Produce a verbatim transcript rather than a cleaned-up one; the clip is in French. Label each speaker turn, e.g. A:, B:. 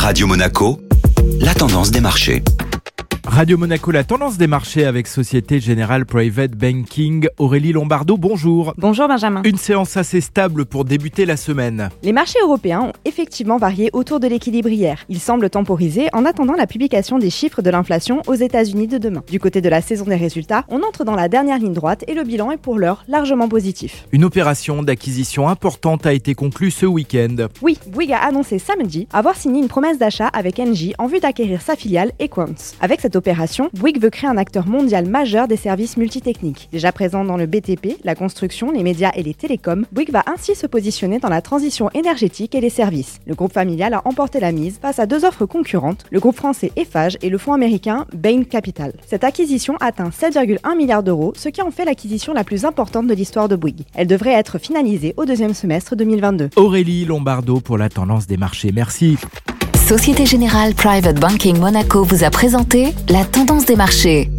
A: Radio Monaco, la tendance des marchés.
B: Radio Monaco, la tendance des marchés avec Société Générale Private Banking. Aurélie Lombardo, bonjour.
C: Bonjour Benjamin.
B: Une séance assez stable pour débuter la semaine.
C: Les marchés européens ont effectivement varié autour de l'équilibre hier. Ils semblent temporiser en attendant la publication des chiffres de l'inflation aux États-Unis de demain. Du côté de la saison des résultats, on entre dans la dernière ligne droite et le bilan est pour l'heure largement positif.
B: Une opération d'acquisition importante a été conclue ce week-end.
C: Oui, Bouygues a annoncé samedi avoir signé une promesse d'achat avec Engie en vue d'acquérir sa filiale Equans. Avec cette opération, Bouygues veut créer un acteur mondial majeur des services multitechniques. Déjà présent dans le B T P, la construction, les médias et les télécoms, Bouygues va ainsi se positionner dans la transition énergétique et les services. Le groupe familial a emporté la mise face à deux offres concurrentes, le groupe français Eiffage et le fonds américain Bain Capital. Cette acquisition atteint sept virgule un milliards d'euros, ce qui en fait l'acquisition la plus importante de l'histoire de Bouygues. Elle devrait être finalisée au deuxième semestre deux mille vingt-deux.
B: Aurélie Lombardo pour la tendance des marchés. Merci.
D: Société Générale Private Banking Monaco vous a présenté la tendance des marchés.